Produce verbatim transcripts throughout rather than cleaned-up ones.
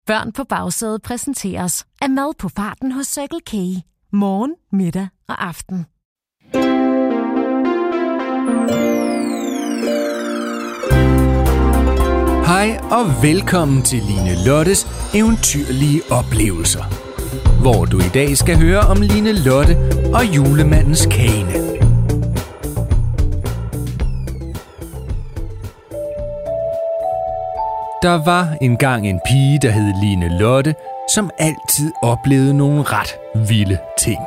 Børn på bagsædet præsenteres af mad på farten hos Circle K. Morgen, middag og aften. Hej og velkommen til Line Lottes eventyrlige oplevelser, hvor du i dag skal høre om Line Lotte og julemandens kane. Der var engang en pige, der hed Line Lotte, som altid oplevede nogle ret vilde ting.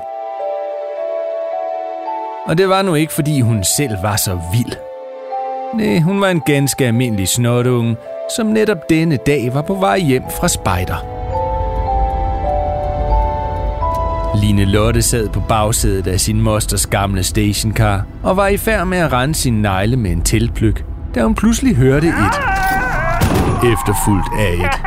Og det var nu ikke, fordi hun selv var så vild. Nej, hun var en ganske almindelig snotunge, som netop denne dag var på vej hjem fra spejder. Line Lotte sad på bagsædet af sin mosters gamle stationcar og var i færd med at rense sin negle med en teltpløk, da hun pludselig hørte et, efterfulgt af et.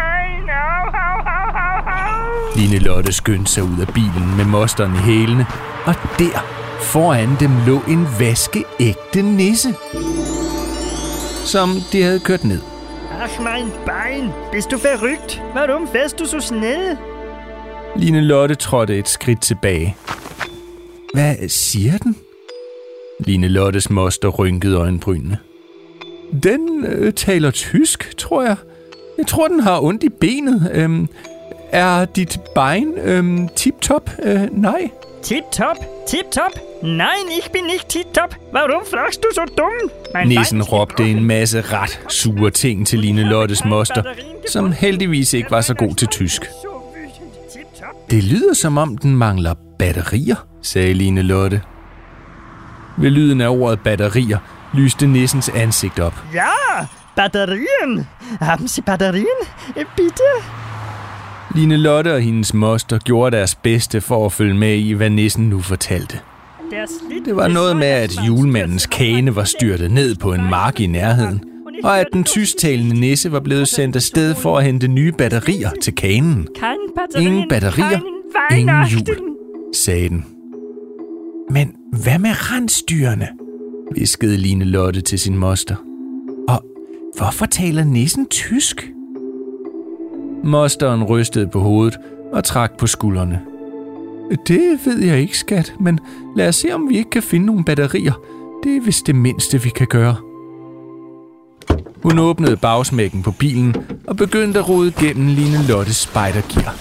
Line Lotte skyndte sig ud af bilen med mosteren i hælene, og der foran dem lå en vaskeægte nisse, som de havde kørt ned. Ach, mein Bein! Bist du verrückt? Warum fährst du så schnell? Line Lotte trådte et skridt tilbage. Hvad siger den? Line Lottes moster rynkede øjenbrynene. Den øh, taler tysk, tror jeg. Jeg tror, den har ondt i benet. Øhm, er dit bein øhm, tip-top? Øh, nej. Tip-top? Tip-top? Nein, ich bin nicht tip-top. Warum fragst du så dumm? Mein Nissen råbte en masse ret sure ting til Line Lottes moster, som heldigvis ikke var så god til tysk. Det lyder som om, den mangler batterier, sagde Line Lotte. Ved lyden af ordet batterier lyste nissens ansigt op. Ja, batterien! Haben Sie batterien? Bitte? Line Lotte og hendes moster gjorde deres bedste for at følge med i, hvad nissen nu fortalte. Det var noget med, at julemandens kane var styrtet ned på en mark i nærheden, og at den tysktalende nisse var blevet sendt afsted for at hente nye batterier til kanen. Ingen batterier, ingen jul, sagde den. Men hvad med rensdyrene? Hviskede Line Lotte til sin moster. Og hvorfor taler nissen tysk? Mosteren rystede på hovedet og trak på skuldrene. Det ved jeg ikke, skat, men lad os se, om vi ikke kan finde nogle batterier. Det er vist det mindste, vi kan gøre. Hun åbnede bagsmækken på bilen og begyndte at rode gennem Line Lottes spejdergear.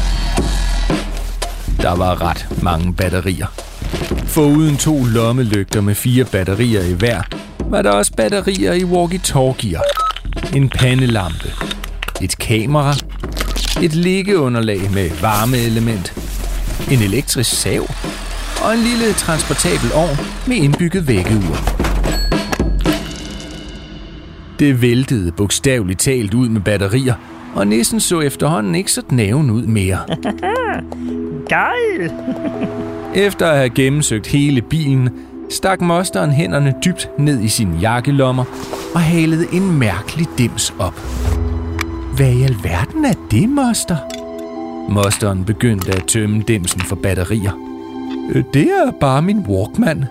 Der var ret mange batterier. Foruden to lommelygter med fire batterier i hver, var der også batterier i walkie-talkier, en pandelampe, et kamera, et liggeunderlag med varmeelement, en elektrisk sav og en lille transportabel ovn med indbygget vækkeur. Det væltede bogstaveligt talt ud med batterier, og nissen så efterhånden ikke så næven ud mere. Geil! Efter at have gennemsøgt hele bilen, stak mosteren hænderne dybt ned i sine jakkelommer og halede en mærkelig dims op. Hvad i alverden er det, moster? Mosteren begyndte at tømme dimsen for batterier. Det er bare min Walkman.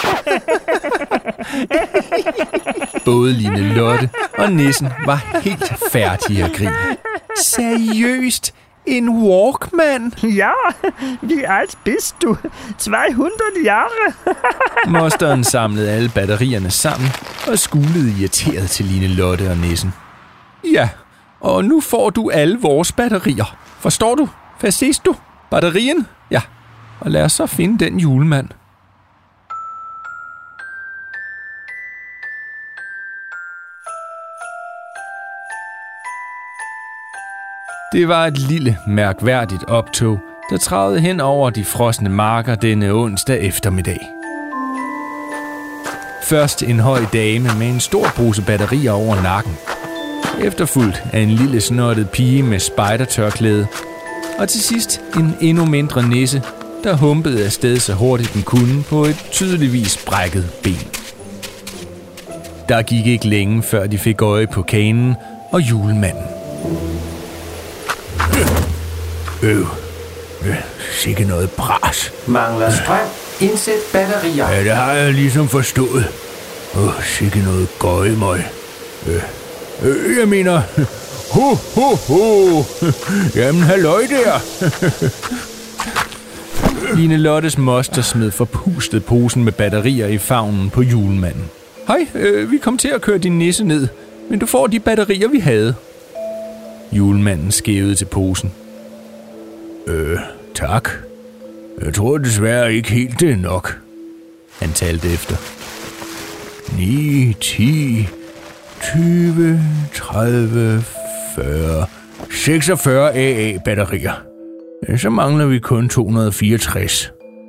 Både Line Lotte og nissen var helt færdige at grine. Seriøst? En Walkman? Ja, wie alt bist du? to hundrede Jahre. Mosteren samlede alle batterierne sammen og skulede irriteret til Line Lotte og nissen. Ja, og nu får du alle vores batterier. Forstår du? Hvad ses du? Batterien? Ja, og lad os så finde den julemand. Det var et lille, mærkværdigt optog, der travede hen over de frosne marker denne onsdag eftermiddag. Først en høj dame med en stor pose batterier over nakken. Efterfulgt af en lille snottet pige med spejdertørklæde. Og til sidst en endnu mindre nisse, der humpede afsted så hurtigt den kunne på et tydeligvis brækket ben. Der gik ikke længe, før de fik øje på kanen og julemanden. Øh, øh, sikke noget bras. Mangler strøm. Indsæt batterier. Ja, det har jeg ligesom forstået. Åh, sikke noget gøjemøg. Øh, øh, jeg mener, Ho, ho, ho. Jamen, halløj der. Line Lottes moster smed forpustet posen med batterier i favnen på julemanden. Hej, øh, vi kom til at køre din nisse ned, men du får de batterier, vi havde. Julemanden skævede til posen. Øh, tak. Jeg tror desværre ikke helt det er nok. Han talte efter. ni, ti, tyve, tredive, fyrre, seksogfyrre A A-batterier. Så mangler vi kun to hundrede og fireogtres.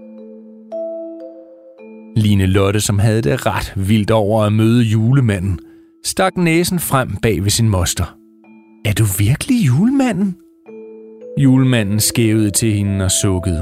Line Lotte, som havde det ret vildt over at møde julemanden, stak næsen frem bag ved sin moster. Er du virkelig julemanden? Julemanden skævede til hende og sukkede.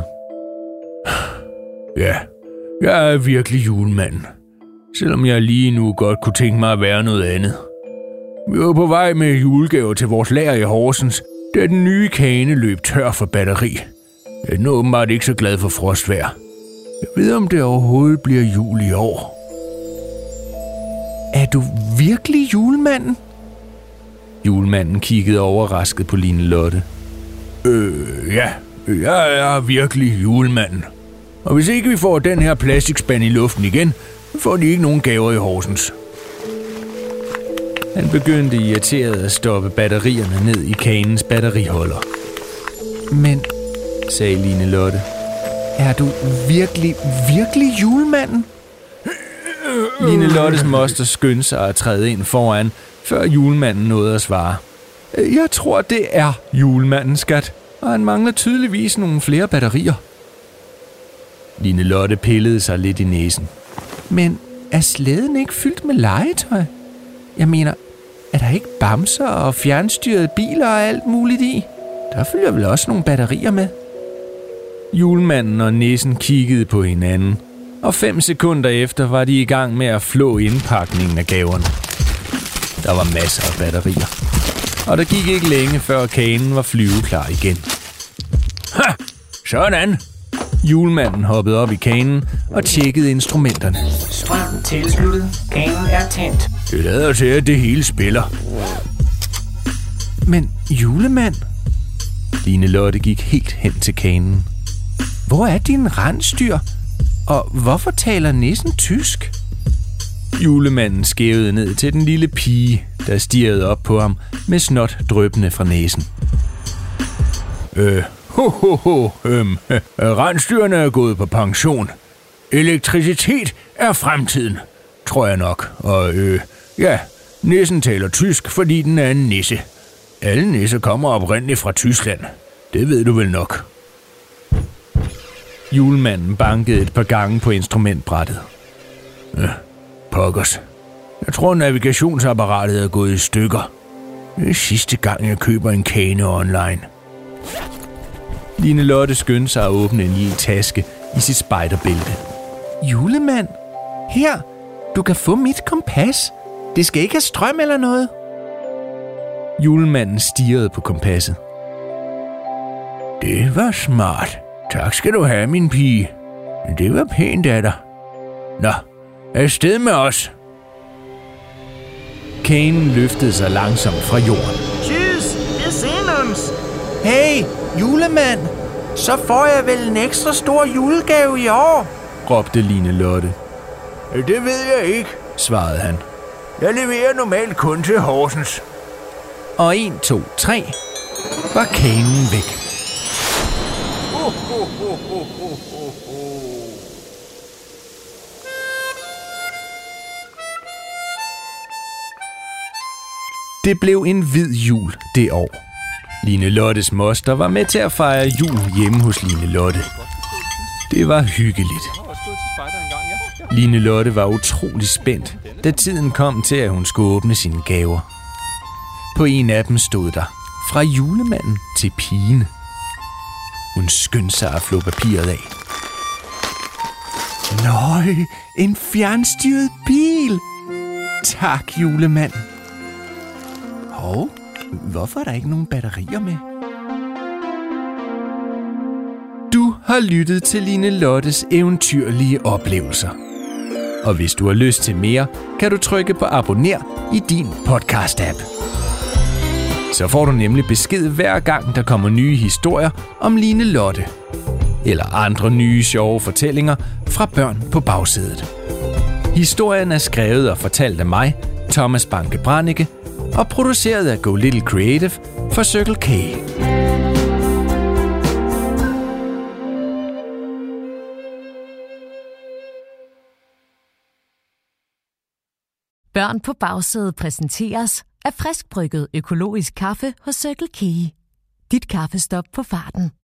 Ja, jeg er virkelig julemanden. Selvom jeg lige nu godt kunne tænke mig at være noget andet. Vi var på vej med julegaver til vores lager i Horsens, da den nye kane løb tør for batteri. Jeg er nu åbenbart ikke så glad for frostvejr. Jeg ved, om det overhovedet bliver jul i år. Er du virkelig julemanden? Julemanden kiggede overrasket på Line Lotte. Øh, ja. Jeg er virkelig julemanden. Og hvis ikke vi får den her plastikspand i luften igen, får de ikke nogen gaver i Horsens. Han begyndte irriteret at stoppe batterierne ned i kanens batteriholder. Men, sagde Line Lotte, er du virkelig, virkelig julemanden? Line Lottes moster skyndte sig at træde ind foran, før julemanden nåede at svare. Jeg tror, det er julemanden, skat, og han mangler tydeligvis nogle flere batterier. Line Lotte pillede sig lidt i næsen. Men er slæden ikke fyldt med legetøj? Jeg mener, er der ikke bamser og fjernstyrede biler og alt muligt i? Der følger vel også nogle batterier med. Julemanden og nissen kiggede på hinanden, og fem sekunder efter var de i gang med at flå indpakningen af gaverne. Der var masser af batterier, og der gik ikke længe før kanen var flyveklar igen. Ha! Sådan! Julemanden hoppede op i kanen og tjekkede instrumenterne. Strøm tilsluttet. Kanen er tændt. Det lader til, at det hele spiller. Men julemand? Line Lotte gik helt hen til kanen. Hvor er din rensdyr? Og hvorfor taler nissen tysk? Julemanden skævede ned til den lille pige, der stirrede op på ham med snot dryppende fra næsen. Øh, ho, ho, ho, øhm, øh, rensdyrene er gået på pension. Elektricitet er fremtiden, tror jeg nok. Og øh, ja, nissen taler tysk, fordi den er en nisse. Alle nisser kommer oprindeligt fra Tyskland. Det ved du vel nok. Julemanden bankede et par gange på instrumentbrættet. Ja, pokkers. Jeg tror, navigationsapparatet er gået i stykker. Det er sidste gang, jeg køber en kane online. Line Lotte skyndte sig at åbne en lille taske i sit spejderbælte. Julemand, her, du kan få mit kompas. Det skal ikke have strøm eller noget. Julemanden stirrede på kompasset. Det var smart. Tak skal du have, min pige. Det var pænt af dig. Nå, afsted med os. Kanen løftede sig langsomt fra jorden. Tschüss, vi ser uns. Hey, julemand! Så får jeg vel en ekstra stor julegave i år, råbte Line Lotte. Det ved jeg ikke, svarede han. Jeg leverer normalt kun til Horsens. Og en, to, tre var kanen væk. Det blev en hvid jul det år. Line Lottes moster var med til at fejre jul hjemme hos Line Lotte. Det var hyggeligt. Line Lotte var utrolig spændt, da tiden kom til, at hun skulle åbne sine gaver. På en af dem stod der, fra julemanden til pigen. Hun skyndte sig at flå papiret af. Nøj, en fjernstyret bil! Tak, julemand. Hov, hvorfor er der ikke nogen batterier med? Du har lyttet til Line Lottes eventyrlige oplevelser. Og hvis du har lyst til mere, kan du trykke på abonner i din podcast-app. Så får du nemlig besked hver gang, der kommer nye historier om Line Lotte. Eller andre nye sjove fortællinger fra børn på bagsædet. Historien er skrevet og fortalt af mig, Thomas Banke Brannicke, og produceret af Go Little Creative for Circle K. Børn på bagsædet præsenteres af friskbrygget økologisk kaffe hos Circle K. Dit kaffestop på farten.